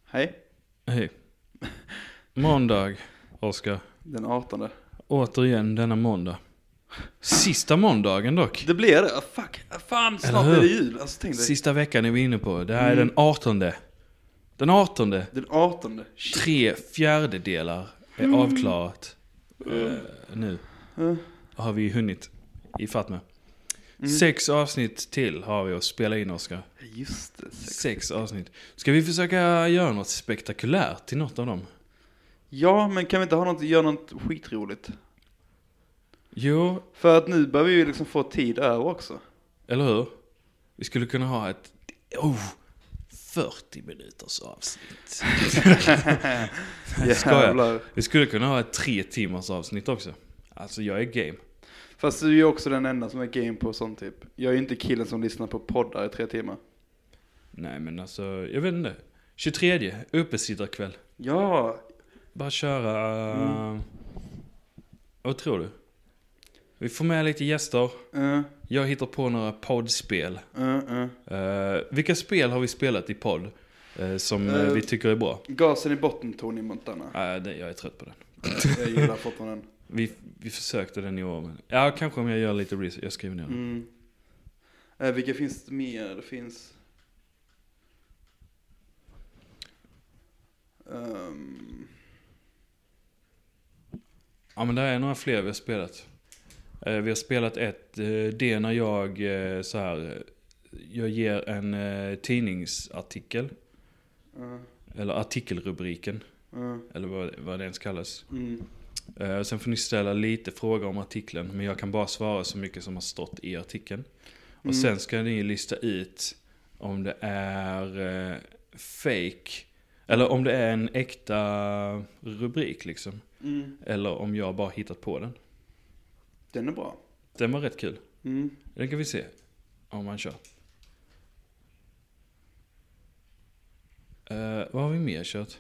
Hej. Hej. Måndag, Oskar. Den 18. Återigen denna måndag. Sista måndagen dock. Det blir det. Fuck. Fan, snart är det jul. Alltså, tänk dig. Sista veckan är vi inne på. Det här är den 18. Den 18. Den 18. 3/4 är avklarat. Nu har vi hunnit ifatt med. 6 avsnitt till har vi att spela in, Oskar. Just det. 6 avsnitt. Ska vi försöka göra något spektakulärt till något av dem? Ja, men kan vi inte göra något skitroligt? Jo, För att nu börjar vi ju liksom få tid över också. eller hur? Vi skulle kunna ha ett 40 minuters avsnitt. Jävlar. Vi skulle kunna ha ett 3 timmars avsnitt också. Alltså jag är game. Fast du är ju också den enda som är game på sånt typ. Jag är ju inte killen som lyssnar på poddar i 3 timmar. Nej men alltså, jag vet inte. 23, uppesittarkväll. Ja. Bara köra. Vad tror du? Vi får med lite gäster. Jag hittar på några poddspel. Vilka spel har vi spelat i podd som vi tycker är bra? Gasen i botten, Tony Montana. Jag är trött på den. Jag gillar fortfarande den. Vi försökte den i år. Men ja, kanske om jag gör lite research. Jag skriver ner den. Vilka finns det mer? Det finns... Ja, men det är några fler vi har spelat. Vi har spelat det är när jag så här, jag ger en tidningsartikel. Eller artikelrubriken. Eller vad det ens kallas. Sen får ni ställa lite frågor om artikeln. Men jag kan bara svara så mycket som har stått i artikeln. Och sen ska ni lista ut om det är fake. Eller om det är en äkta rubrik liksom. Eller om jag bara hittat på den. Den är bra. Den var rätt kul. Den kan vi se om man kör. Vad har vi mer kört?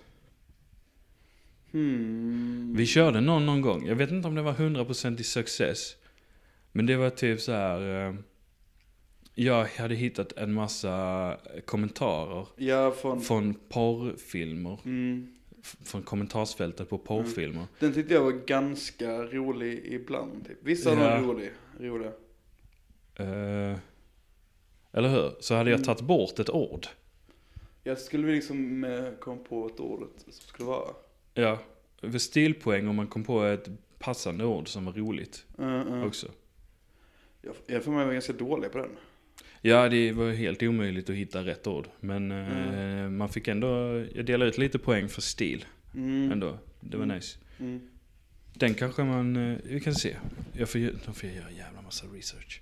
Vi körde någon gång. Jag vet inte om det var 100% i success. Men det var typ så här. Jag hade hittat en massa kommentarer. Ja, från porrfilmer. Från kommentarsfältet på porrfilmer. Den tyckte jag var ganska rolig ibland. Typ. Vissa var roliga. Eller hur? Så hade jag tagit bort ett ord. Jag skulle liksom komma på ett ord som skulle vara. Ja, för stilpoäng om man kom på ett passande ord som var roligt också. Jag får mig var ganska dålig på den. Ja, det var helt omöjligt att hitta rätt ord. Men man fick ändå, jag delade ut lite poäng för stil. Ändå, det var nice. Den kanske vi kan se. Då får jag göra jävla massa research.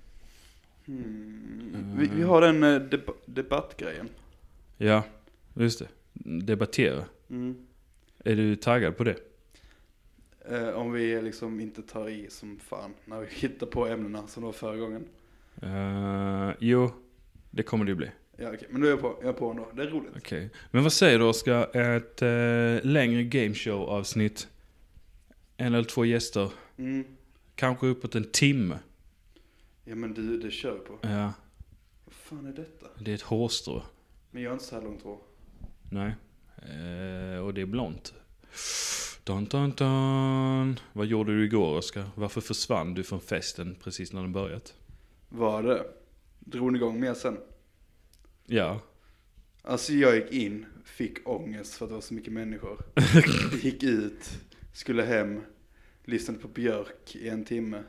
Vi har den debattgrejen. Ja, just det. Debattera. Är du taggad på det? Om vi liksom inte tar i som fan när vi hittar på ämnena som det var förra gången. Jo, det kommer det ju bli. Ja, okej. Men då är jag på ändå. Det är roligt. Okej. Men vad säger du, Oskar? Ett längre gameshow-avsnitt. 1 eller 2 gäster. Kanske uppåt en timme. Ja, men det kör vi på. Ja. Vad fan är detta? Det är ett hårstrå. Men jag är inte så här långt hår. Nej. Och det är blont. Dun, dun, dun. Vad gjorde du igår, Oskar? Varför försvann du från festen precis när den börjat? Var det? Drog ni igång mer sen? Ja. Alltså jag gick in, fick ångest för att det var så mycket människor. Gick ut, skulle hem, lyssnade på Björk i 1 timme.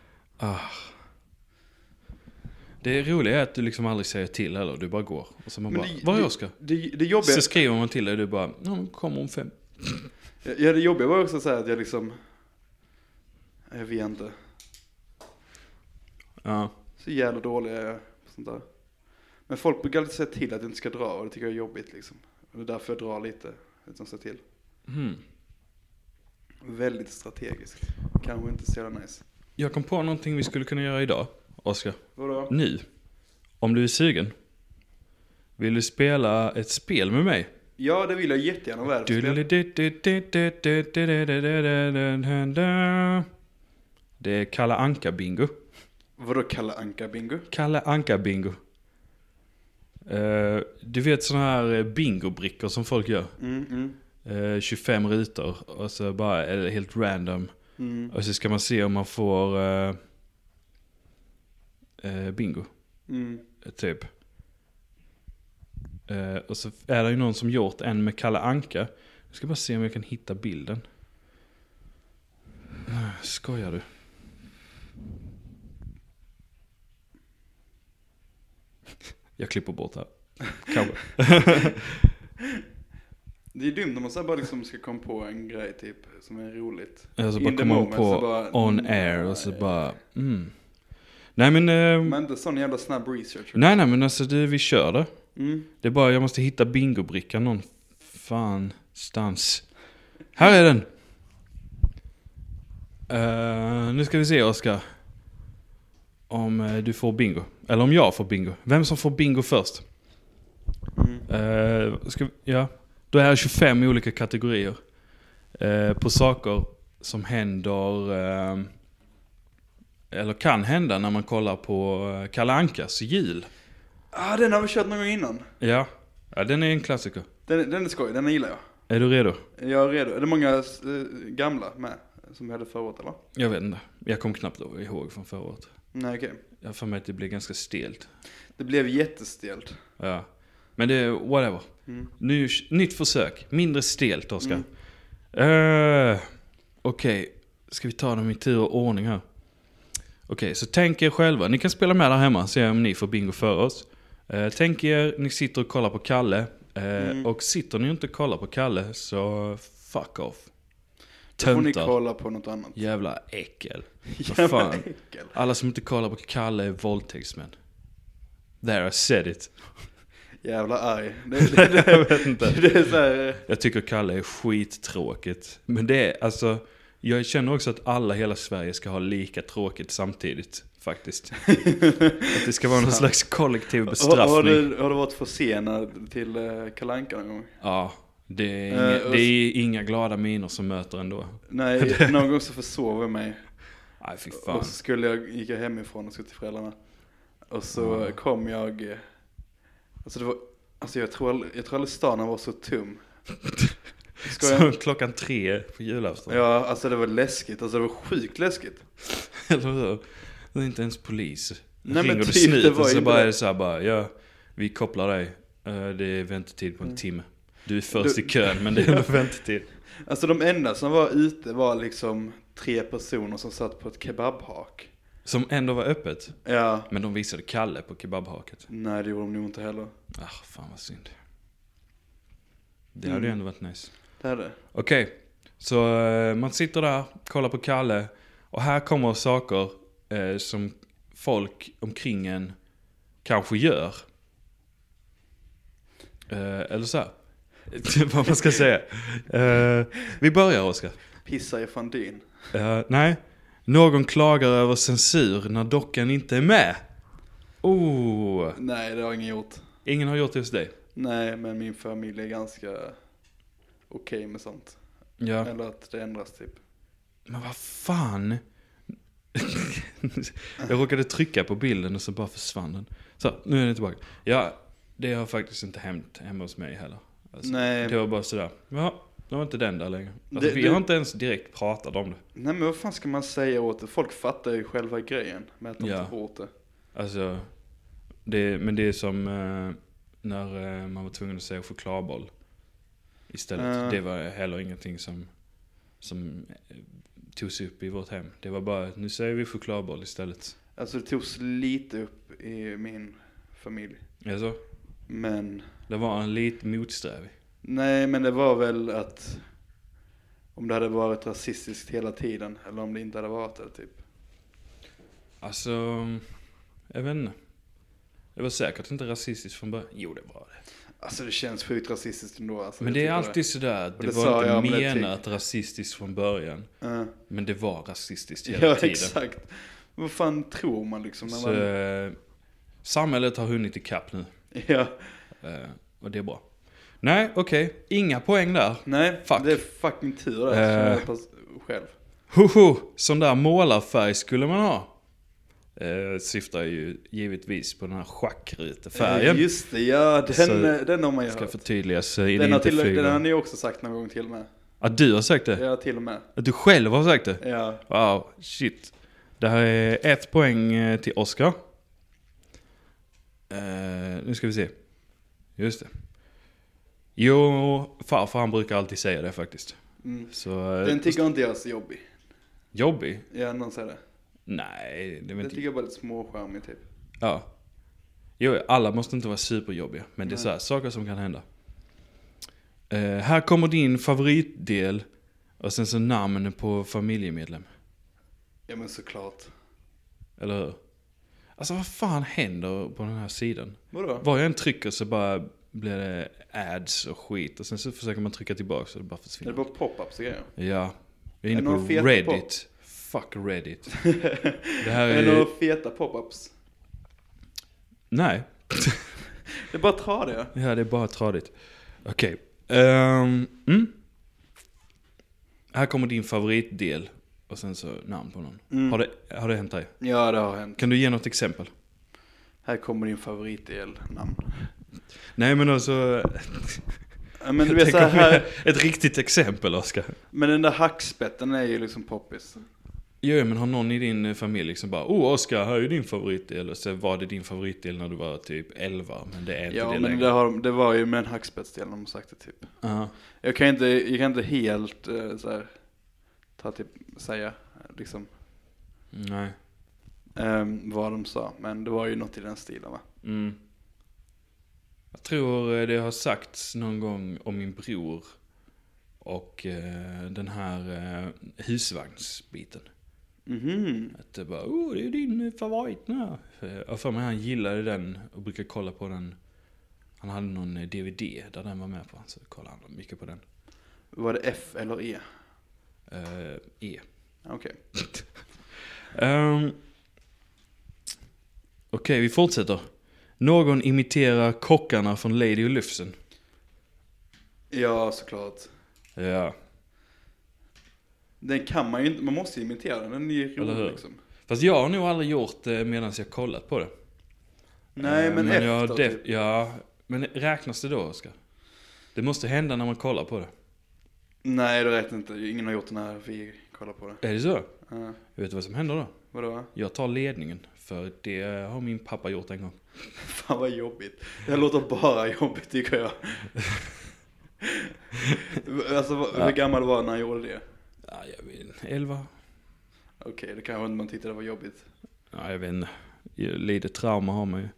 Det roliga är att du liksom aldrig säger till eller du bara går. Och så man bara, var är Oskar? Det jobbiga... Så skriver man till dig och du bara, kom om 5. Ja, det jobbiga var också så här att jag liksom... Jag vet inte. Ja. Så jävla dålig är jag på sånt där. Men folk brukar alltid säga till att jag inte ska dra och det tycker jag är jobbigt liksom. Och det är därför jag drar lite utan att säga till. Väldigt strategiskt. Kanske inte så jävla nice. Jag kom på någonting vi skulle kunna göra idag, Oskar. Vadå? Nu. Om du är sugen. Vill du spela ett spel med mig? Ja, det vill jag jättegärna vara. Det är Kalle Anka bingo. Vadå Kalle Anka bingo? Kalle Anka bingo. Du vet såna här bingobrickor som folk gör. 25 rutor. Och så bara är det helt random. Och så ska man se om man får bingo. Typ. Och så är det ju någon som gjort en med Kalle Anka. Jag ska bara se om jag kan hitta bilden. Skojar du? Jag klipper bort här. Kanske. Det är dumt om man så bara liksom ska komma på en grej typ som är roligt. Alltså bara komma på bara, on air och så bara... Nej men... men inte sån jävla snabb research. Nej men alltså vi kör det. Det är bara jag måste hitta bingobrickan någon fan stans. Här är den. Nu ska vi se, Oskar. Om du får bingo. Eller om jag får bingo. Vem som får bingo först? Då är det 25 olika kategorier. På saker som händer... eller kan hända när man kollar på Kalle Ankas jul. Den har vi kört någon gång innan. Ja den är en klassiker. Den är skoj, den gillar jag. Är du redo? Jag är redo. Är det många gamla med som vi hade förra året, eller? Jag vet inte. Jag kom knappt ihåg från förra året. Nej, okej. Jag får mig att det blev ganska stelt. Det blev jättestelt. Ja. Men det är whatever. Nu, nytt försök. Mindre stelt, Oskar. Okej. Ska vi ta dem i tur och ordning här? Okej, så tänk er själva. Ni kan spela med där hemma. Se om ni får bingo för oss. Tänk er, ni sitter och kollar på Kalle. Och sitter ni inte och kollar på Kalle, så fuck off. Då får ni kolla på något annat. Jävla äckel. Jävla fan. äckel. Alla som inte kollar på Kalle är våldtäktsmän. There, I said it. Jävla arg. Jag vet inte. Det är så här... Jag tycker Kalle är skittråkigt. Men det är, alltså... Jag känner också att alla hela Sverige ska ha lika tråkigt samtidigt, faktiskt. Att det ska vara någon slags kollektiv bestraffning. Har du varit försenad till Kalle Anka någon gång? Ja, det är inga glada miner som möter ändå. Nej, någon gång så försov jag mig. Nej, fy fan. Och så gick jag hemifrån och skulle till föräldrarna. Och så kom jag... jag tror aldrig stan var så tom. Så klockan 3 på julafton. Ja, alltså det var läskigt. Alltså det var sjukt läskigt. Eller hur? Det är inte ens polis. Nej, ringer men du typ, snut och så bara är det så här bara, ja, vi kopplar dig. Det är väntetid på en timme. Du är först i kön, men det är ändå väntetid. Alltså de enda som var ute var liksom 3 personer som satt på ett kebabhak. Som ändå var öppet? Ja. Men de visade Kalle på kebabhaket. Nej, det gjorde de nog inte heller. Fan vad synd. Det hade ju ändå varit nice. Det hade. Okej, så man sitter där, kollar på Kalle. Och här kommer saker som folk omkring en kanske gör. Eller så här. Vad man ska säga. Vi börjar, Oskar. Pissa i fandin. Nej. Någon klagar över censur när dockan inte är med. Nej, det har ingen gjort. Ingen har gjort det hos dig? Nej, men min familj är ganska okej med sånt. Ja. Eller att det ändras typ. Men vad fan? Jag råkade trycka på bilden och så bara försvann den. Så, nu är den tillbaka. Ja, det har faktiskt inte hänt hemma hos mig heller. Alltså, nej. Det var bara sådär. Ja, det var inte den där längre. Alltså, vi har inte ens direkt pratat om det. Nej, men vad fan ska man säga åt det? Folk fattar ju själva grejen med att de tar bort det. Alltså, men det är som när man var tvungen att säga chokladboll istället. Det var heller ingenting som togs upp i vårt hem. Det var bara, nu säger vi chokladboll istället. Alltså det togs lite upp i min familj. Alltså? Men... Det var en lite motsträvig. Nej, men det var väl att... Om det hade varit rasistiskt hela tiden. Eller om det inte hade varit det, typ. Alltså... Jag vet inte. Det var säkert inte rasistiskt från början. Jo, det var det. Alltså det känns sjukt rasistiskt ändå. Alltså, men det är alltid sådär. Det var inte menat rasistiskt från början. Men det var rasistiskt hela tiden. Ja, exakt. Vad fan tror man liksom? När så, samhället har hunnit ikapp nu. Ja. Och det är bra. Nej, okej. Inga poäng där. Nej, fuck. Det är fucking tur där. Själv. Sån där målarfärg skulle man ha. syftar ju givetvis på den här schackrutefärgen. Just det, ja, den har man ju ska hört. förtydligas i Den har ni också sagt någon gång till och med. Att du har sagt det? Ja, till och med. Att du själv har sagt det? Ja. Wow, shit. Det här är 1 poäng till Oscar. Nu ska vi se. Just det. Jo, farfar han brukar alltid säga det faktiskt. Så, den tycker inte jag är så jobbig. Jobbig? Ja, någon säger det. Nej, det Den tycker jag bara är lite småskärmig typ. Ja. Jo, alla måste inte vara superjobbiga. Men det är så här, saker som kan hända. Här kommer din favoritdel. Och sen så namn på familjemedlem. Ja, men såklart. Eller hur? Alltså vad fan händer på den här sidan? Vadå? Var jag än trycker så bara blir det ads och skit. Och sen så försöker man trycka tillbaka så det bara försvinner. Är det bara pop-ups och grejer? Ja. Jag är inne någon på feta Reddit. Fuck Reddit. Det här Är det några feta pop-ups? Nej. Det är bara tradiga. Ja, det är bara tradigt. Okej. Här kommer din favoritdel. Och sen så namn på någon. Har det hänt dig? Ja, det har hänt. Kan du ge något exempel? Här kommer din favoritdel namn. Nej, men alltså... Men du vet så här... Ett riktigt exempel, Oskar. Men den där hackspetten är ju liksom poppis. Jo, men har någon i din familj liksom bara Oskar, här är din favoritdel. Och så var det din favoritdel när du var typ 11. Men det är inte det längre. Ja, men det var ju med en hackspetsdel de sagt det typ. Jag kan inte helt så här, säga liksom. Nej. Vad de sa. Men det var ju något i den stilen, va? Jag tror det har sagts någon gång om min bror. Och den här husvagnsbiten. Att det bara, det är din favorit nu. Och för mig han gillade den och brukade kolla på den. Han hade någon DVD där den var med på. Så kollade han mycket på den. Var det F eller E? E. Okej. Okej, vi fortsätter. Någon imiterar kockarna från Lady och Lufsen. Ja, såklart. Ja. Den kan man ju inte, man måste ju imitera den är ju rolig liksom. Fast jag har nog aldrig gjort det medan jag kollat på det. Nej, men efter typ. Ja, men räknas det då, Oskar? Det måste hända när man kollar på det. Nej, det räknas inte. Ingen har gjort det när vi kollar på det. Är det så? Ja. Vet du vad som händer då? Vadå? Jag tar ledningen, för det har min pappa gjort en gång. Fan vad jobbigt. Det låter bara jobbigt tycker jag. Alltså hur gammal var när han gjorde det? Ja, jag vet 11. Okej, det kanske inte man tyckte det var jobbigt. Ja, jag vet inte. Lite trauma har man ju.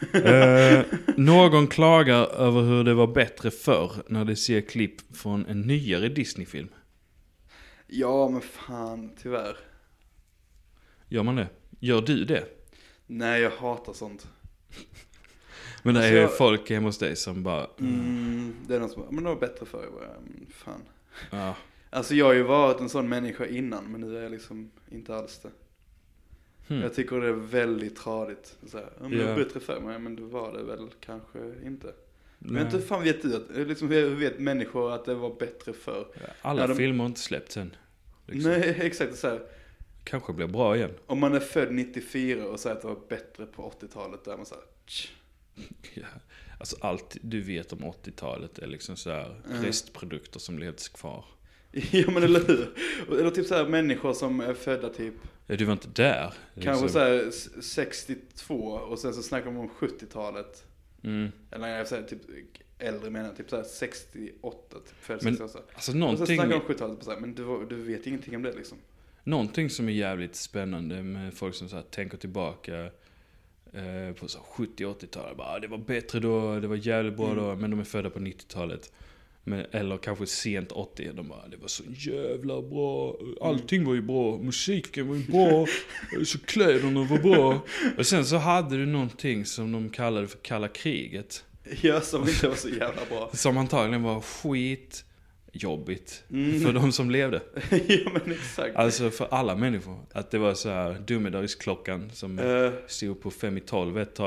Någon klagar över hur det var bättre förr när de ser klipp från en nyare Disney-film. Ja, men fan, tyvärr. Gör man det? Gör du det? Nej, jag hatar sånt. Men det är ju folk hemma hos dig som bara... Det är någon som men det var bättre förr. Fan. Ja. Alltså jag har ju varit en sån människa innan, men nu är jag liksom inte alls det. Jag tycker det är väldigt tradigt. Det var bättre förr, men det var det väl kanske inte. Men inte fan vet du att, liksom, hur vet människor att det var bättre förr? Alla filmer har inte släppt sen. Liksom. Nej, exakt så här. Kanske blir bra igen. Om man är född 94 och säger att det var bättre på 80-talet, då är man så här... Ja. Alltså allt du vet om 80-talet är liksom så här restprodukter som levs kvar. Ja, men eller hur? Eller typ så här människor som är födda typ... Ja, du var inte där. Kanske så här 62 och sen så snackar man om 70-talet. Eller jag säger typ äldre menar typ så här 68 typ född. Men alltså någonting... Och sen snackar man om 70-talet på så här, men du vet ingenting om det liksom. Någonting som är jävligt spännande med folk som så här tänker tillbaka på så 70-80-talet. Bara, det var bättre då, det var jävligt bra då, men de är födda på 90-talet. Eller kanske sent 80, de bara, det var så jävla bra, allting var ju bra, musiken var ju bra, så kläderna var bra. Och sen så hade du någonting som de kallade för kalla kriget. Ja, som inte var så jävla bra. Som antagligen var skitjobbigt för de som levde. Ja, men exakt. Alltså för alla människor. Att det var så här domedagsklockan som stod på 5 i 12 ett tag.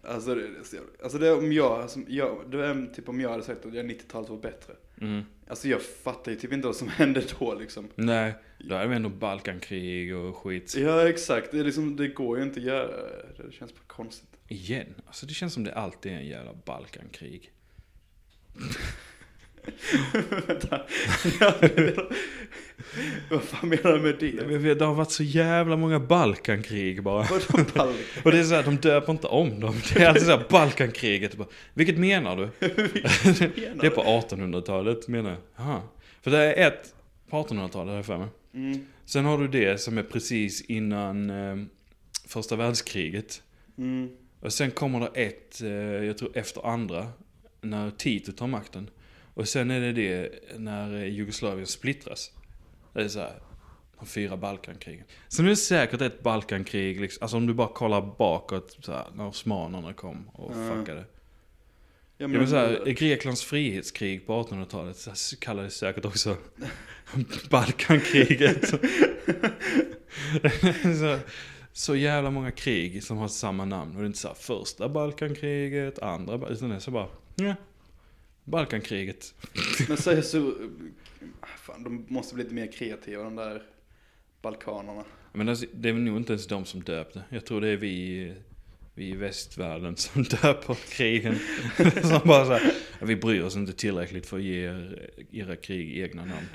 Alltså det är om det är typ om jag hade sagt att 90-talet var bättre. Alltså jag fattar ju typ inte vad som hände då liksom. Nej, då är det ändå Balkankrig och skit. Ja, exakt. Det är liksom, det går ju inte att göra det. Det känns bara konstigt. Igen, alltså det känns som det alltid är en jävla Balkankrig. Vänta. Vad fan menar du med det? Det har varit så jävla många Balkankrig bara. Vadå Balkan? Och det är så här, de döper inte om dem. Det är alltid så här, Balkankriget. Vilket menar du? Det är på 1800-talet menar jag. Aha. För det är ett på 1800-talet här för mig. Sen har du det som är precis innan första världskriget. Och sen kommer det ett, jag tror efter andra, när Tito tar makten. Och sen är det när Jugoslavien splittras. Det är så här, de 4 Balkankrigen. Sen är det säkert ett Balkankrig, liksom, alltså om du bara kollar bakåt, så här, när osmanerna kom och fuckade. Ja, men så här, Greklands frihetskrig på 1800-talet så kallades säkert också Balkankriget. så jävla många krig som har samma namn. Och det är inte så här, första Balkankriget, andra, utan det är så bara, ja. Balkankriget. Men fan, de måste bli lite mer kreativa, de där balkanerna. Men alltså, det är nog inte ens de som döpte. Jag tror det är vi i västvärlden som döper krigen. Som bara så här, vi bryr oss inte tillräckligt för att ge era krig egna namn.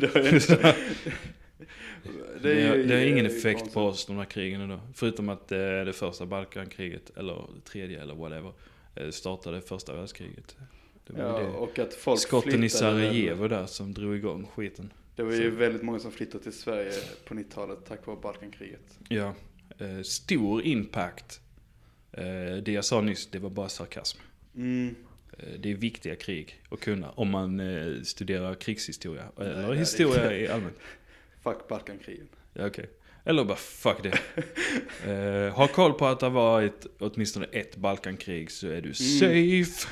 Det har ingen effekt på oss, de här krigen då. Förutom att det första Balkankriget, eller det tredje, eller whatever, startade första världskriget. Det var och att folk skotten i Sarajevo där som drog igång skiten. Det var ju väldigt många som flyttade till Sverige på 90-talet tack vare Balkankriget. Ja, stor impact. Det jag sa nyss, det var bara sarkasm. Det är viktiga krig att kunna om man studerar krigshistoria eller historia i allmänt. Fuck Balkankrigen. Ja, okej. Eller bara fuck det. Ha koll på att det var åtminstone ett Balkankrig så är du safe.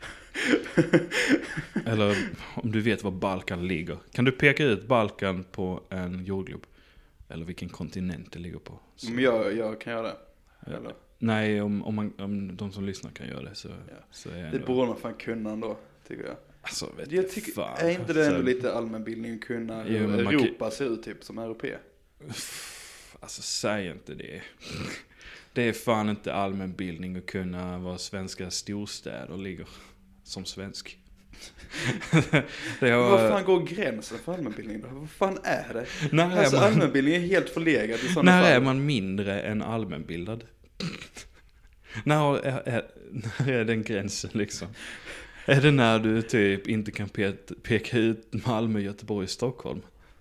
Eller om du vet var Balkan ligger. Kan du peka ut Balkan på en jordglob? Eller vilken kontinent det ligger på? Så. Jag kan göra det. Eller? Nej, om de som lyssnar kan göra det så är det borde man fan kunna ändå, tycker jag. Alltså, jag tycker, fan, är inte det ändå lite allmänbildning att kunna hur Europa ser ut typ som europé? Alltså, säg inte det. Det är fan inte allmänbildning att kunna var svenska storstäder ligger som svensk. Vad fan går gränsen för allmänbildning då? Vad fan är det? Alltså allmänbildning är helt förlegad i sådana fall. När är man mindre än allmänbildad? När är den gränsen liksom? Är det när du typ inte kan peka ut Malmö, Göteborg, Stockholm?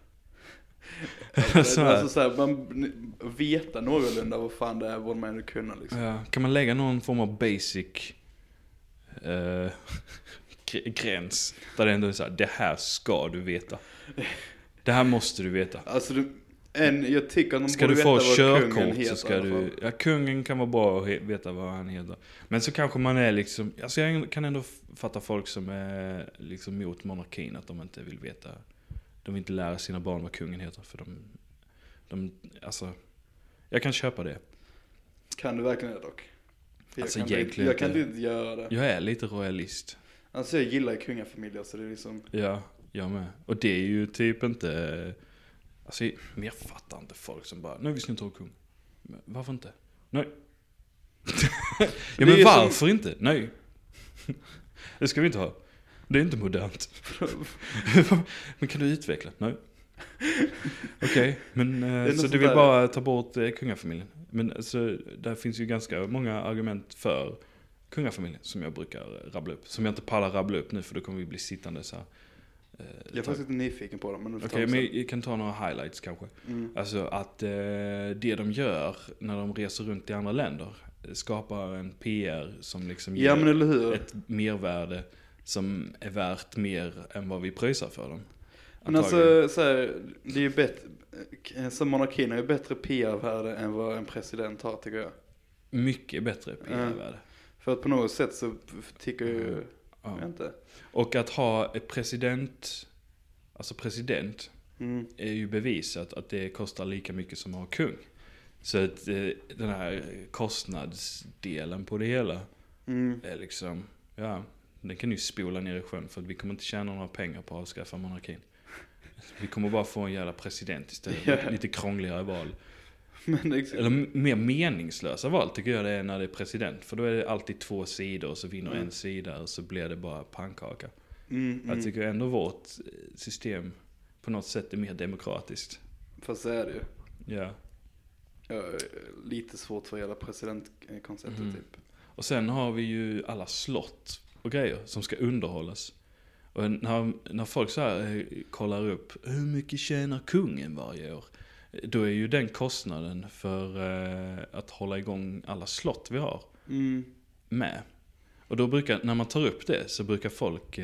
Alltså så här, man veta någorlunda vad fan det är, vad man ändå kunna liksom. Ja, kan man lägga någon form av basic gräns där det ändå är så här, det här ska du veta. Det här måste du veta. Alltså jag tycker att de ska borde du få veta vad kungen körkort så ska heter. Ja, kungen kan vara bra att veta vad han heter. Men så kanske man är liksom, alltså jag kan ändå fatta folk som är liksom mot monarkin, att de inte vill veta. De vill inte lära sina barn vad kungen heter, för de alltså, jag kan köpa det. Kan du verkligen det dock? Alltså jag kan inte göra det. Jag är lite royalist. Alltså jag gillar ju kungafamiljer, så det är liksom... Ja, jag med. Och det är ju typ inte... Alltså, men jag fattar inte folk som bara, nej vi ska inte ha kung. Men varför inte? Nej. Ja, men varför inte? Nej. Det ska vi inte ha. Det är inte modernt. Men kan du utveckla? Nej. Okej, men så du vill bara ta bort kungafamiljen. Men alltså, där finns ju ganska många argument för kungafamiljen som jag brukar rabbla upp. Som jag inte pallar rabbla upp nu, för då kommer vi bli sittande så här. Jag är faktiskt inte nyfiken på dem. Okej, men jag kan ta några highlights kanske. Alltså att det de gör när de reser runt i andra länder skapar en PR som liksom ger ett mervärde som är värt mer än vad vi pröjsar för dem. Men alltså, så här, det är ju bättre, så monarkin har ju bättre PR-värde än vad en president har, tycker jag. Mycket bättre PR-värde. För att på något sätt så tycker jag inte. Och att ha ett president är ju bevisat att det kostar lika mycket som att ha kung. Så att den här kostnadsdelen på det hela är liksom, ja, den kan ju spola ner i sjön för att vi kommer inte tjäna några pengar på att avskaffa monarkin. Vi kommer bara få en jävla president istället. Lite krångligare val. Eller mer meningslösa val tycker jag det är när det är president. För då är det alltid 2 sidor och så vinner en sida och så blir det bara pannkaka. Jag tycker ändå vårt system på något sätt är mer demokratiskt. Fast så är det ju. Ja. Lite svårt för hela presidentkonceptet typ. Och sen har vi ju alla slott och grejer som ska underhållas. Och när folk så här kollar upp hur mycket tjänar kungen varje år, då är ju den kostnaden för att hålla igång alla slott vi har med. Och då brukar, när man tar upp det, så brukar folk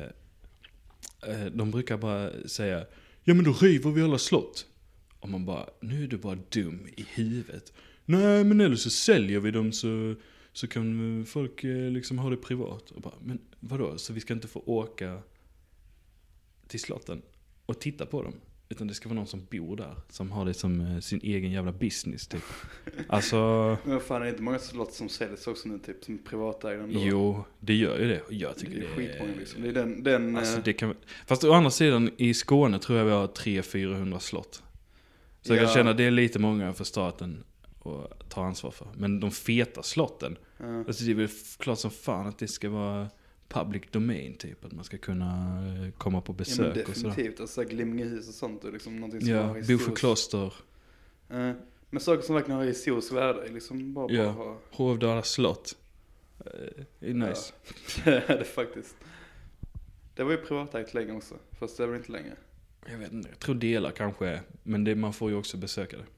de brukar bara säga, ja men då river vi alla slott. Och man bara, nu är du bara dum i huvudet. Nej men eller så säljer vi dem så kan folk liksom ha det privat. Och bara, men vadå, så vi ska inte få åka till slotten och titta på dem, utan det ska vara någon som bor där, som har det som sin egen jävla business typ. Alltså, men fan, är det inte många slott som säljs också nu typ som privatägda ändå? Jo, det gör ju det. Och jag tycker det är skitmånga liksom. Det är den alltså, det kan, fast å andra sidan i Skåne tror jag vi har 300-400 slott. Så jag kan känna det är lite många för staten att ta ansvar för. Men de feta slotten, alltså det är väl klart som fan att det ska vara public domain typ, att man ska kunna komma på besök. Ja, men definitivt, och så. Alltså Glimmingehus och sånt är liksom någonting som har historiskt. Bofokloster. Men saker som verkligen har historiskt värde är liksom bara ha... Hovdala slott. Är nice. Ja, det är det faktiskt. Det var ju privatägt länge också, fast det är väl inte längre. Jag vet inte, jag tror delar kanske är, men det, man får ju också besöka det.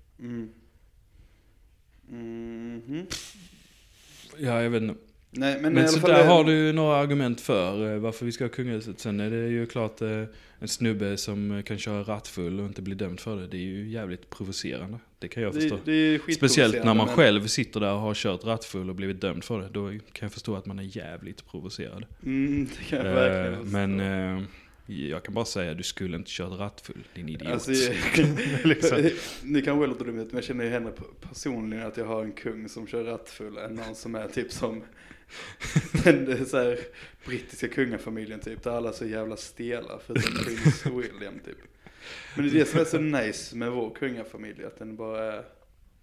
Ja, jag vet inte. Nej, men så där har du ju några argument för varför vi ska ha kungahuset. Sen är det ju klart en snubbe som kan köra rattfull och inte bli dömd för det. Det är ju jävligt provocerande. Det kan jag förstå. Det är speciellt när man själv sitter där och har kört rattfull och blivit dömd för det. Då kan jag förstå att man är jävligt provocerad. Det kan jag verkligen förstå. Men jag kan bara säga att du skulle inte köra rattfull, din idiot. Alltså, ni kan väl låta dumt, men jag känner ju henne personligen att jag har en kung som kör rattfull än någon som är typ som den så här brittiska kungafamiljen typ, där alla är så jävla stela förutom prins William typ. Men det är det som är så nice med vår kungafamilj, att den bara är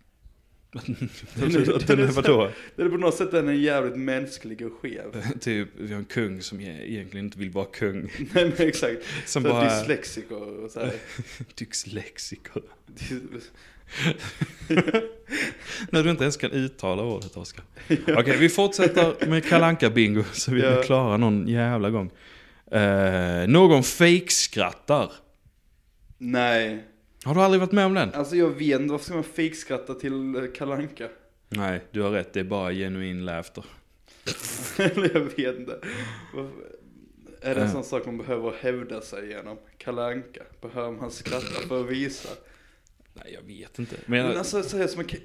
den är vadå? Det är på något sätt en jävligt mänsklig och skev. Typ, vi har en kung som egentligen inte vill vara kung. Nej men exakt. Som så bara... dyslexiker och så här. Dyslexiker. När du inte ens kan uttala ordet, Oskar. Okej, vi fortsätter med Kalle Anka bingo så vi blir klara någon jävla gång. Någon fake-skrattar. Nej. Har du aldrig varit med om den? Alltså jag vet inte, varför ska man fake-skratta till Kalle Anka? Nej, du har rätt, det är bara genuin laughter. Eller jag vet inte. Är det en sån sak man behöver hävda sig genom? Kalle Anka, behöver man skratta för att visa? Nej, jag vet inte. Men alltså, så här som en...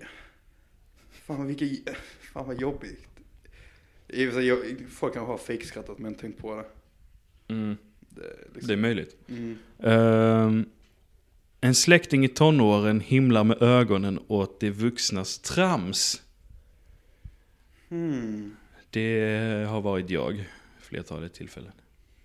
Fan vad jobbigt. Folk kan ha fake-skrattat, men tänk på det. Det är möjligt. En släkting i tonåren himlar med ögonen åt de vuxnas trams. Det har varit jag flertalet tillfällen.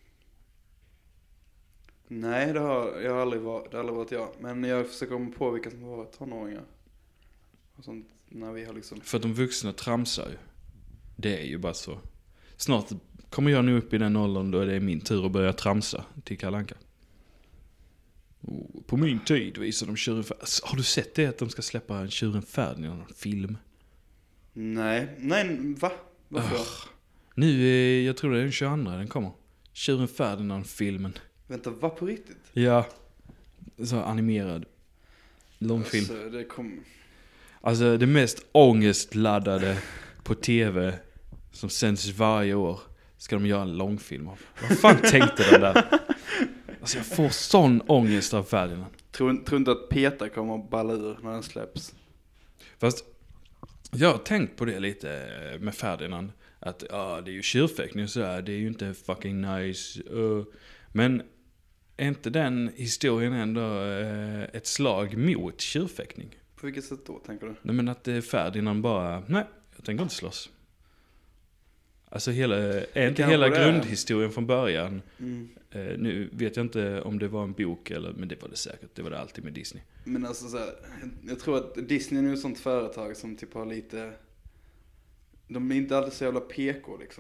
Nej, det har aldrig varit jag. Men jag försöker komma på vilka som har varit tonåringar. Och sånt, när vi har liksom... För att de vuxna tramsar ju. Det är ju bara så. Snart kommer jag nu upp i den åldern då det är min tur att börja tramsa till Kalle Anka. På min tid visar de Tjuren Ferdinand. Har du sett det att de ska släppa en Tjuren Ferdinand film? Nej, va? Varför? Nu, jag tror det är den 22 den kommer. Tjuren Ferdinand-filmen. Vänta, vad på riktigt? Ja, så animerad långfilm. Alltså det mest ångestladdade på tv som sänds varje år ska de göra en långfilm av. Vad fan tänkte de där? Alltså jag får sån ångest av Ferdinand. Tror inte att Peter kommer att balla ur när den släpps. Fast jag har tänkt på det lite med Ferdinand. Att det är ju tjurfäktning så här, det är ju inte fucking nice. Men är inte den historien ändå ett slag mot tjurfäktning? På vilket sätt då, tänker du? Nej, men att Ferdinand bara, nej, jag tänker inte slåss. Alltså är inte hela grundhistorien från början. Nu vet jag inte om det var en bok eller, men det var det säkert. Det var det alltid med Disney. Men alltså så här, jag tror att Disney är nu ett sånt företag som typ har lite, de är inte alltid så jävla PK liksom.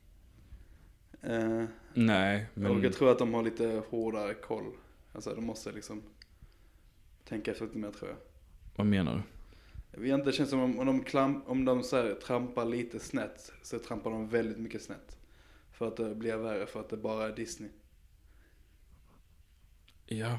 Nej, men... Och jag tror att de har lite hårdare koll. Alltså de måste liksom tänka efter lite mer, tror jag. Vad menar du? Jag vet inte, det känns som om de så här, trampar lite snett, så trampar de väldigt mycket snett. För att det blir värre, för att det bara är Disney. Ja,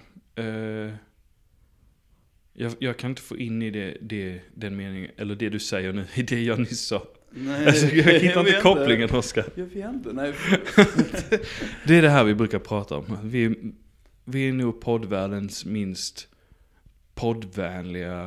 jag kan inte få in i den meningen, eller det du säger nu, i det jag nyss sa. Nej, alltså, jag hittar inte kopplingen, Oskar. Jag vet inte, nej. Det är det här vi brukar prata om. Vi är nog poddvärldens minst poddvänliga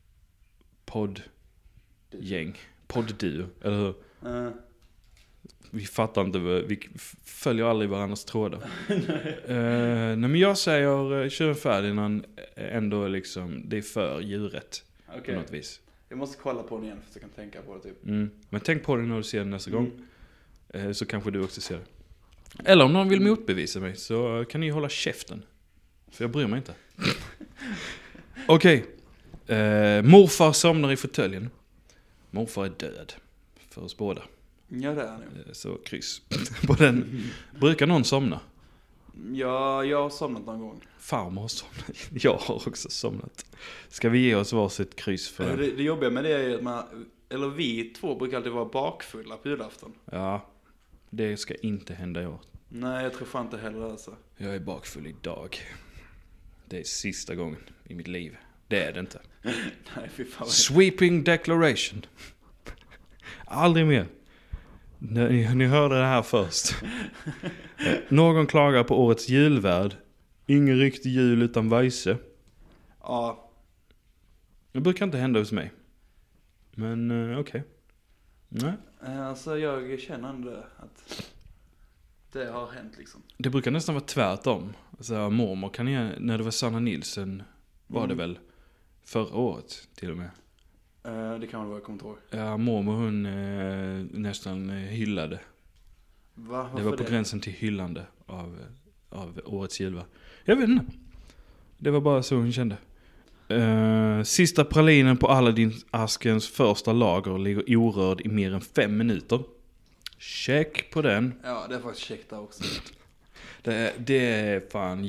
poddgäng. Poddduo, eller hur? Vi fattar inte, vi följer aldrig varandras trådar. Nej, men jag säger Tjuren Ferdinand ändå liksom, det är för djuret. På något vis. Jag måste kolla på den igen för att jag kan tänka på det typ. Men tänk på det när du ser den nästa gång. Så kanske du också ser det. Eller om någon vill motbevisa mig så kan ni hålla käften. För jag bryr mig inte. Okej. Morfar somnar i fåtöljen. Morfar är död. För oss båda. Ja, det är han ju. Så kryss på den. Brukar någon somna? Ja, jag har somnat någon gång. Farmor har somnat. Jag har också somnat. Ska vi ge oss varsitt kryss för det? Det jobbiga med det är att vi två brukar alltid vara bakfulla på julafton. Ja, det ska inte hända i år. Nej, jag tror fan inte heller alltså. Jag är bakfull idag. Det är sista gången i mitt liv. Det är det inte. Nej, fy fan. Sweeping declaration. Aldrig mer. Ni hörde det här först. Någon klagar på årets julvärd. Ingen riktig jul utan Weise. Ja. Det brukar inte hända hos mig. Men okej. Nej. Alltså jag känner ändå att det har hänt liksom. Det brukar nästan vara tvärtom. Alltså, mormor kan ju, när det var Sanna Nilsson var det väl förra året till och med. Det kan väl vara, jag kommer inte ihåg. Ja, mormor hon nästan hyllade. Va? Det var på gränsen till hyllande av årets julvärd. Jag vet inte. Det var bara så hon kände. Sista pralinen på Aladdin-askens första lager ligger orörd i mer än 5 minuter. Check på den. Ja, det är faktiskt check där också. Det är fan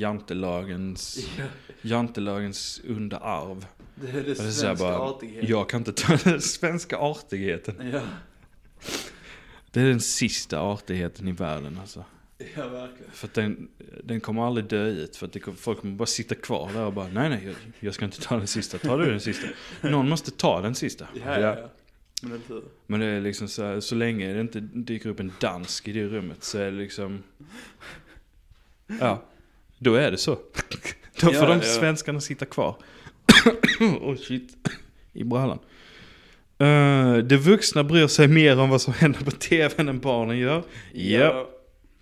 jantelagens underarv. Det är det svenska artigheten. Jag kan inte ta den svenska artigheten. Ja. Det är den sista artigheten i världen alltså. Ja, verkligen. För att den kommer aldrig dö ut. För att folk kommer bara sitta kvar där och bara nej, jag ska inte ta den sista. Ta du den sista? Någon måste ta den sista. Ja. Men det är liksom så länge det inte dyker upp en dansk i det rummet så är det liksom... Ja, då är det så. Då får de svenskarna sitta kvar. Shit. I brallan. De vuxna bryr sig mer om vad som händer på tv än barnen gör. Ja.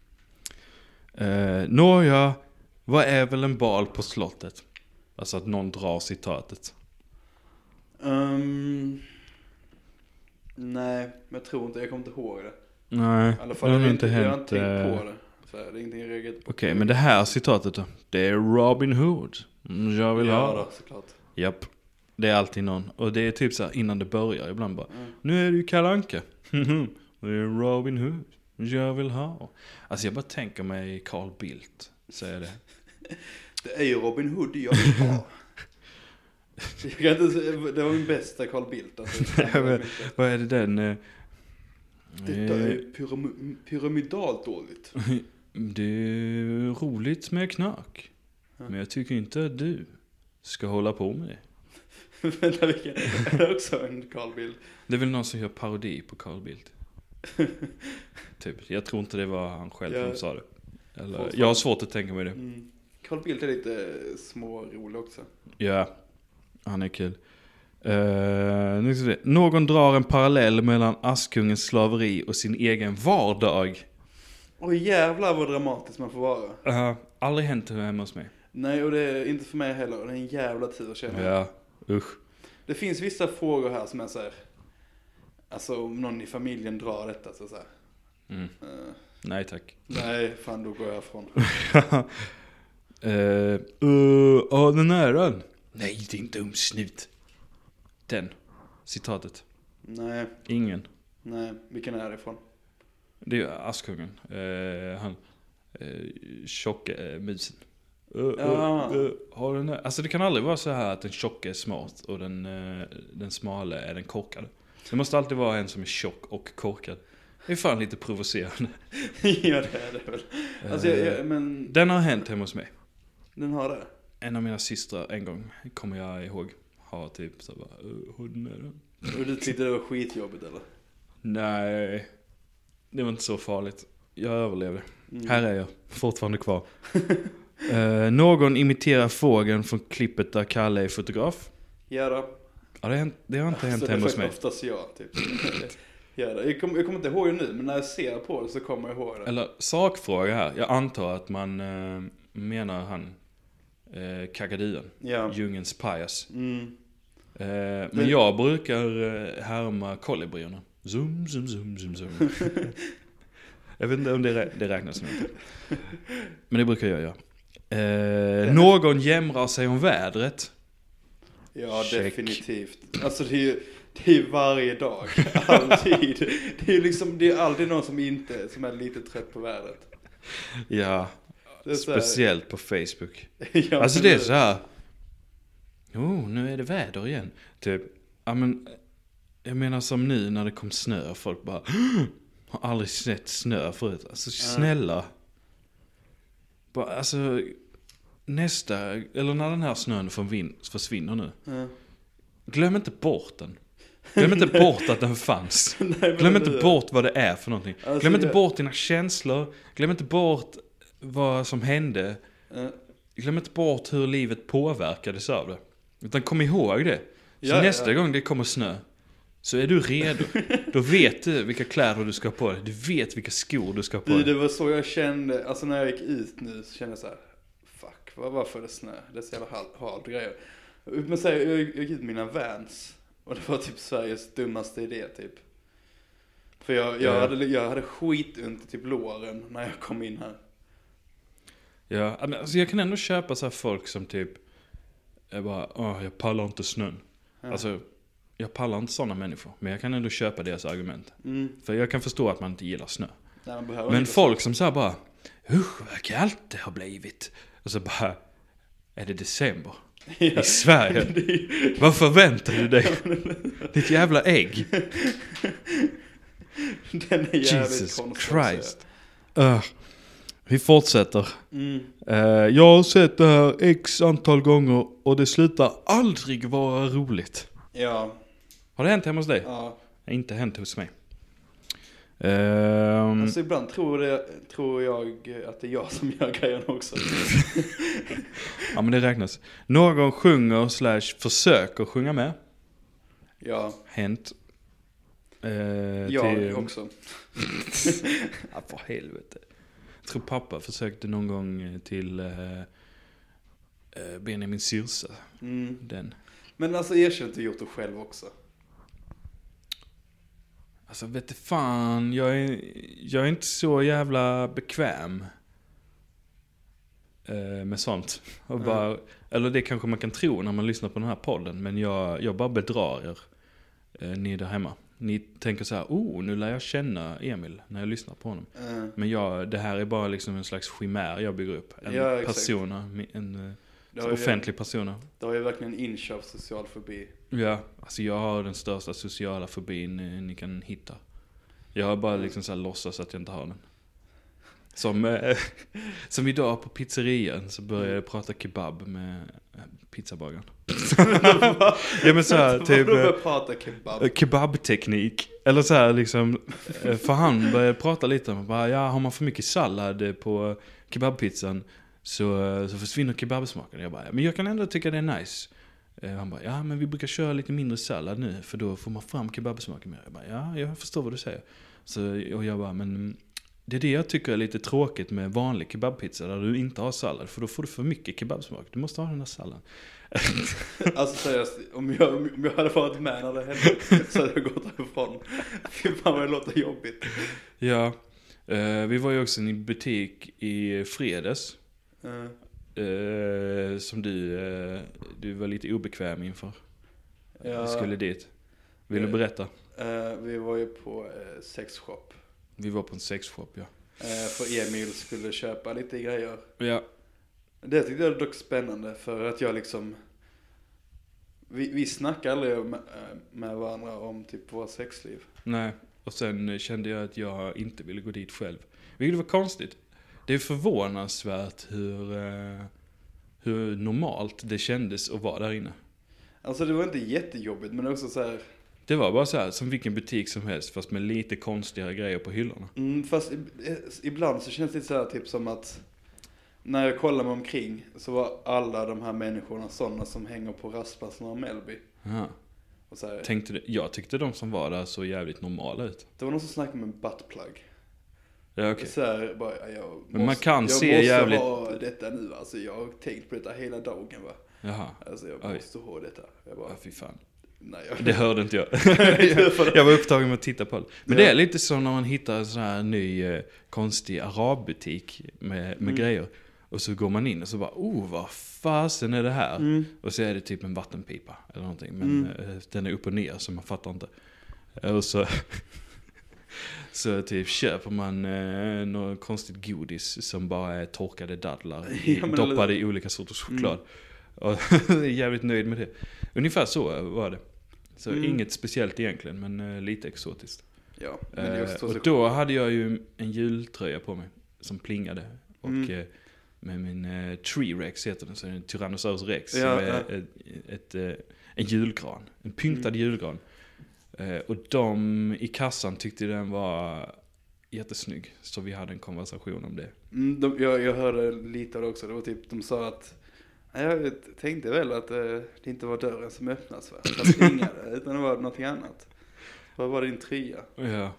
Nåja, vad är väl en bal på slottet? Alltså att någon drar citatet. Nej, men jag tror inte, jag kommer inte ihåg det. Nej, i alla fall, det har inte hänt. Jag har inte tänkt på det. Så det är ingenting jag reagerat på. Okej, men det här citatet då? Det är Robin Hood. Jag vill ha. Ja, såklart. Japp. Det är alltid någon. Och det är typ så här innan det börjar ibland bara. Nu är det ju Kalle Anka. Det är Robin Hood. Jag vill ha. Alltså jag bara tänker mig Carl Bildt. Säger det. Det är ju Robin Hood jag vill ha. Det var min bästa Carl Bildt. Alltså, vad är det den? Detta är pyramidalt dåligt. Det är roligt med knack. Men jag tycker inte att du ska hålla på med det. Vänta, vilken? Är det också en Carl Bildt? Det är väl någon som gör parodi på Carl Bildt. Typ. Jag tror inte det var han själv som sa det. Eller, jag har svårt att tänka mig det. Carl Bildt är lite smårolig också. Ja, han är kul. Någon drar en parallell mellan Askungens slaveri och sin egen vardag. Oj, jävlar vad dramatiskt man får vara. Aldrig hänt hemma hos mig. Nej, och det är inte för mig heller. Det är en jävla tur, känner jag. Ja, usch. Det finns vissa frågor här som är så här. Alltså om någon i familjen drar detta så här. Nej tack. Nej, fan då går jag ifrån. Den här den. Nej, det är inte snut. Den. Citatet. Nej. Ingen. Nej, vilken är det ifrån? Det är ju Askungen. Han. Tjocka musen. Har den här. Alltså det kan aldrig vara så här att den tjocka är smart och den smala är den korkade. Det måste alltid vara en som är tjock och korkad. Det är fan lite provocerande. Ja, det är det väl. Alltså, men... Den har hänt hemma hos mig. Den har det? En av mina systrar en gång, kommer jag ihåg, har typ så bara, hur den är den? Och du tyckte det var skitjobbigt eller? Nej, det var inte så farligt. Jag överlevde. Här är jag, fortfarande kvar. Någon imiterar fågeln från klippet där Kalle är fotograf. Ja då. Ja, det har inte hänt hemma hos mig. Det är oftast jag typ. Ja då. Jag kommer inte ihåg det nu, men när jag ser på det så kommer jag ihåg det. Eller sakfråga här. Jag antar att man menar han Kakaduen. Ja. Djungens pajas. Men jag brukar härma kolibrierna. Zoom, zoom, zoom, zoom, zoom. Jag vet inte om det räknas som inte. Men det brukar jag göra. Någon jämrar sig om vädret. Ja, check. Definitivt. Alltså det är varje dag. Alltid. Det är aldrig någon som är lite trött på vädret. Ja. Speciellt på Facebook. Ja, alltså det är så här. Nu är det väder igen. Typ, ja men jag menar som nu när det kom snö, folk bara har aldrig sett snö förut. Alltså snälla. Bara, alltså eller när den här snön försvinner nu. Glöm inte bort den. Glöm inte bort att den fanns. Glöm inte bort vad det är för någonting. Alltså, glöm inte bort dina känslor. Glöm inte bort vad som hände. Glöm inte bort hur livet påverkades av det. Utan kom ihåg det. Så nästa gång det kommer snö, så är du redo. Då vet du vilka kläder du ska ha på dig. Du vet vilka skor du ska ha på dig. Det var så jag kände. Alltså när jag gick ut nu så kände jag så här. Fuck, varför är det snö? Det är så jävla halt grejer. Men så här, jag gick ut mina Vans. Och det var typ Sveriges dummaste idé typ. För jag hade skitont i typ låren när jag kom in här. Ja, alltså jag kan ändå köpa så här folk som typ jag pallar inte snön. Alltså jag pallar inte sådana människor, men jag kan ändå köpa deras argument. För jag kan förstå att man inte gillar snö. Nej, men folk som så här bara, vad kallt det har blivit. Och så bara, är det december? I Sverige? Vad förväntar du dig? Ditt jävla ägg. Den är Jesus Christ. Vi fortsätter. Jag har sett det här x antal gånger och det slutar aldrig vara roligt. Ja. Har det hänt hemma hos dig? Ja. Det har inte hänt hos mig. Alltså ibland tror jag att det är jag som gör grejen också. Ja, men det räknas. Någon sjunger / försöker sjunga med. Ja. Hänt. Jag också. Ja, för helvete. Jag tror pappa försökte någon gång till Benjamin Syrsa. Den. Men alltså erkänn att du gjort det själv också. Alltså vet du fan, jag är inte så jävla bekväm med sånt. Och bara, eller det kanske man kan tro när man lyssnar på den här podden, men jag bara bedrar er, ni där hemma. Ni tänker så här, nu lär jag känna Emil när jag lyssnar på honom. Men det här är bara liksom en slags chimär jag bygger upp. En persona, en offentlig persona. Det har ju verkligen en inch av social fobi. Ja, alltså jag har den största sociala fobin ni kan hitta. Jag har bara liksom så här låtsas att jag inte har den. Som idag på pizzerian så började jag prata kebab med pizzabagaren. Ja men så här typ prata kebab. Kebabteknik eller så här liksom, för han började prata lite om bara, har man för mycket sallad på kebabpizzan så försvinner kebabsmaken. Jag bara, men jag kan ändå tycka det är nice. Han bara, men vi brukar köra lite mindre sallad nu för då får man fram kebabsmaken mer. Jag bara, jag förstår vad du säger. Och jag bara, men Det är det jag tycker är lite tråkigt med vanlig kebabpizza där du inte har sallad. För då får du för mycket kebabsmak. Du måste ha den där salladen. Alltså seriöst, om jag hade varit med när det hände så hade jag gått härifrån. Fy fan vad det låter jobbigt. Ja, vi var ju också i en butik i fredags. Som du var lite obekväm inför. Ja, Vi skulle dit. Vill du berätta? Vi var ju på sexshop. Vi var på en sexshop, ja. För Emil skulle köpa lite grejer. Ja. Det tyckte jag dock spännande för att jag liksom... Vi snackar aldrig med varandra om typ våra sexliv. Nej, och sen kände jag att jag inte ville gå dit själv. Vilket var konstigt. Det är förvånansvärt hur normalt det kändes att vara där inne. Alltså det var inte jättejobbigt, men också så här... Det var bara så här, som vilken butik som helst, fast med lite konstigare grejer på hyllorna. Fast ibland så känns det så här typ som att... När jag kollar mig omkring så var alla de här människorna sådana som hänger på rastplatsen av Mellby. Aha. Och så här, Jag tyckte de som var där så jävligt normala ut. det var någon som snackade med en buttplug. Ja, okej. Så här, bara, Men man kan se jag jävligt... måste ha detta nu, alltså jag har tänkt på detta hela dagen, va. Jaha. Alltså jag måste ha detta. Jag bara, Ja, fy fan. nej, Det hörde inte jag. Jag var upptagen med att titta på det. Men det är lite som när man hittar en sån här ny konstig arabbutik med grejer. Och så går man in och så bara, vad fasen är det här? Och så är det typ en vattenpipa eller någonting. Men den är upp och ner så man fattar inte. Och så, så typ köper man något konstigt godis som bara är torkade dadlar. Doppade i olika sorters choklad. Och jag är jävligt nöjd med det. Ungefär så var det. Så inget speciellt egentligen, men lite exotiskt. Ja, men det är just och då hade jag ju en jultröja på mig som plingade. Och med min T-Rex heter den, så är det en Tyrannosaurus Rex. Som är en julgran. En pyntad julgran. Och de i kassan tyckte den var jättesnygg. Så vi hade en konversation om det. Jag hörde lite av det också. Det var typ, de sa att jag tänkte väl att det inte var dörren som öppnas, va? Jag plingade, utan det var någonting annat. Vad var din trea? Ja.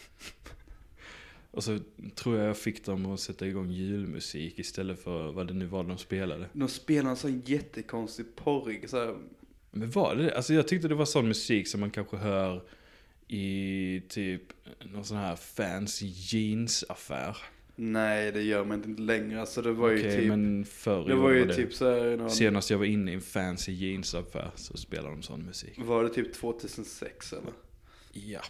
Och så tror jag fick dem att sätta igång julmusik istället för vad det nu var de spelade. De spelade en sån jättekonstig porrig så här. Men var det? Alltså jag tyckte det var sån musik som man kanske hör i typ någon sån här fancy jeansaffär. Nej, det gör man inte längre. Alltså det var ju typ... men förr det var ju typ så här någon... Senast jag var inne i en fancy jeansaffär så spelade de sån musik. Var det typ 2006 eller? Ja.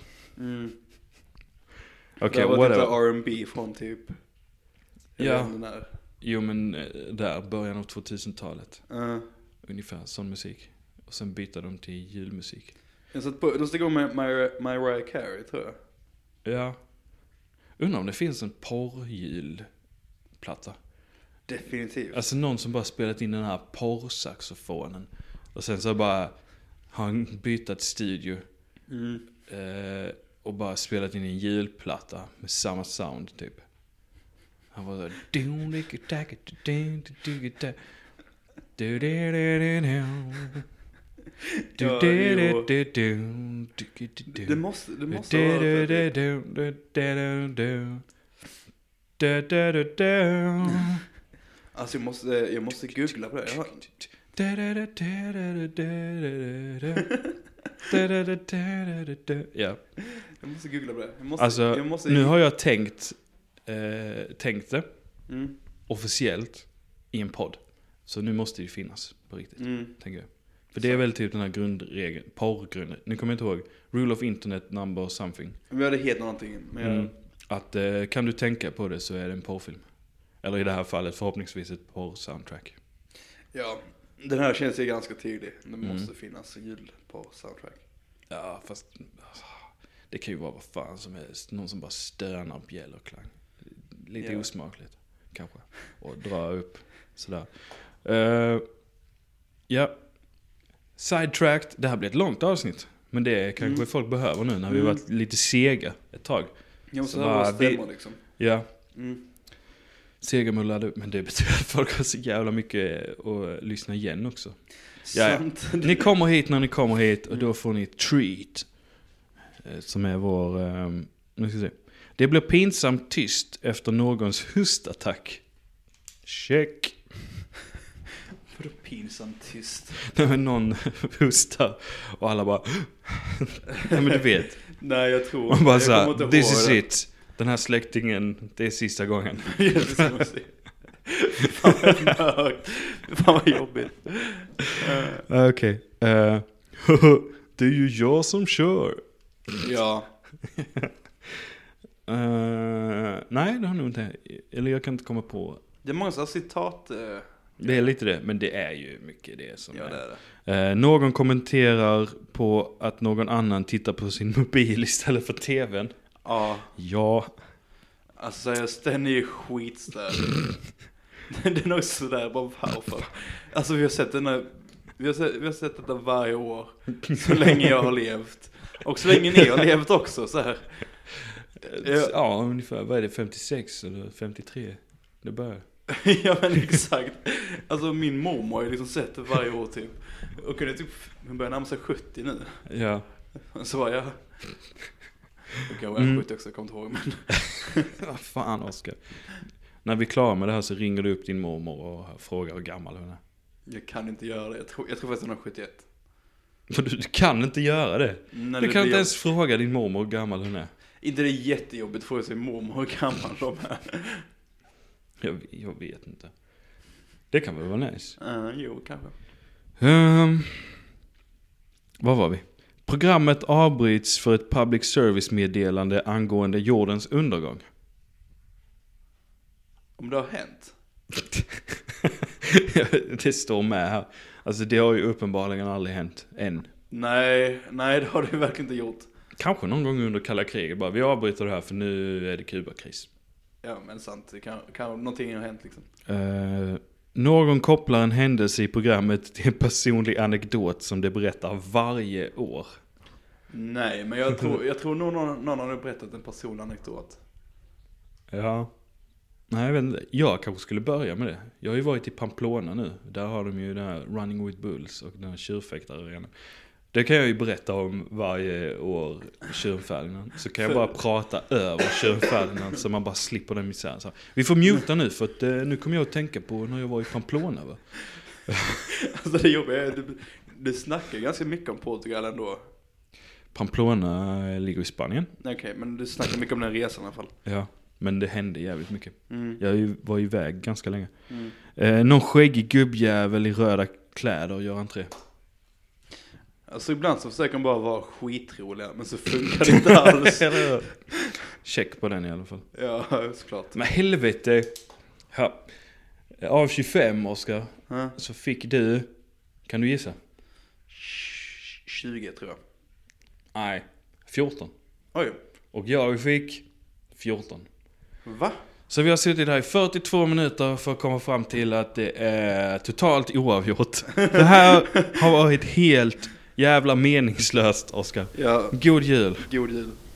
Okej, whatever. Det var typ R&B från typ... Ja. Jo, men där, början av 2000-talet. Ungefär sån musik. Och sen bytte de till julmusik. Jag satt på, de stod igång med Mariah Carey, tror jag. Ja. Undrar om det finns en porrjulplatta. Definitivt. Alltså någon som bara spelat in den här porrsaxofonen. Och sen så bara har han bytt studio. Och bara spelat in en julplatta med samma sound typ. Han var så det måste vara alltså jag måste googla på det. Ja. Jag måste googla på det. Nu har jag tänkt det officiellt i en podd. Så nu måste det ju finnas på riktigt, tänker jag. För det är väl typ den här grundregeln, porrgrunden. Nu kommer jag inte ihåg. Rule of internet number something. Vi hade helt någonting. Men att kan du tänka på det så är det en porrfilm. Eller i det här fallet förhoppningsvis ett porr-soundtrack. Ja, den här känns ju ganska tydlig. Det måste finnas en julporr-soundtrack. Ja, fast det kan ju vara vad fan som helst. Någon som bara stönar bjällerklang. Lite osmakligt kanske. Och dra upp sådär. Ja. Sidetracked. Det här blir ett långt avsnitt. Men det kanske folk behöver nu när vi varit lite sega ett tag. Ja, så bara stämmer liksom. Ja. Sega mullade upp. Men det betyder att folk har så jävla mycket att lyssna igen också. Ja, ni kommer hit när ni kommer hit. Och då får ni treat. Som är vår... nu ska vi se. Det blir pinsamt tyst efter någons hustattack. Check. Vadå pinsamt tyst? När någon hustar och alla bara... Nej, men du vet. Nej, jag tror... Man bara såhär, this is it. Den här släktingen, det är sista gången. Fan vad jobbigt. Okej. Det är ju jag som kör. Ja. Nej, det har nog inte. Eller jag kan inte komma på. Det är många sådana citat. Det är lite det, men det är ju mycket det som ja, är. Det är det. Någon kommenterar på att någon annan tittar på sin mobil istället för tvn. Ja. Ja. Alltså den är ju skitstörd. Det är nog sådär, bara varför? Alltså vi har sett detta varje år. Så länge jag har levt. Och så länge ni har levt också så här. Ja, ungefär. Vad är det? 56 eller 53? Det börjar. Ja, men exakt. Alltså min mormor har ju liksom sett det varje år typ. Och kunde typ, hon börjar närma sig 70 nu. Ja. Så var jag... Och jag var 70 också, jag kommer inte ihåg. Men... Vad fan, Oskar. När vi är klara med det här så ringer du upp din mormor och frågar hur gammal hon är. Jag kan inte göra det. Jag tror faktiskt hon är 71. För du kan inte göra det. Nej, du kan inte ens fråga din mormor hur gammal hon är. Inte det är jättejobbigt att fråga sin mormor hur gammal de är. Jag vet inte. Det kan väl vara nice. Jo, kanske. Vad var vi? Programmet avbryts för ett public service-meddelande angående jordens undergång. Om det har hänt? Det står med här. Alltså det har ju uppenbarligen aldrig hänt än. Nej, det har det verkligen inte gjort. Kanske någon gång under kalla kriget bara, vi avbryter det här för nu är det Kubakris. Ja, men sant. Det kan någonting har hänt liksom. Någon kopplar en händelse i programmet till en personlig anekdot som det berättar varje år. Nej, men jag tror någon har berättat en personlig anekdot. Ja. Nej, jag vet inte. Jag kanske skulle börja med det. Jag har ju varit i Pamplona nu. Där har de ju den här Running with Bulls och den här tjurfäktarenan. Det kan jag ju berätta om varje år, Tjuren Ferdinand. Så kan jag bara prata över Tjuren Ferdinand så man bara slipper den misären. Så vi får muta nu för att nu kommer jag att tänka på när jag var i Pamplona, va? Alltså det jobbiga är du snackar ganska mycket om Portugal ändå. Pamplona ligger i Spanien. Okej, men du snackar mycket om den resan i alla fall. Ja, men det hände jävligt mycket. Mm. Jag var iväg ganska länge. Någon skäggig gubbjävel i röda kläder gör entré. Alltså ibland så försöker de bara vara skitroliga, men så funkar det inte alls. Check på den i alla fall. Ja, såklart. Men helvete. Ja. Av 25, Oskar, så fick du, kan du gissa? 20 tror jag. Nej, 14. Oj. Och jag fick 14. Va? Så vi har suttit här i 42 minuter för att komma fram till att det är totalt oavgjort. Det här har varit helt jävla meningslöst, Oskar. Ja. God jul. God jul.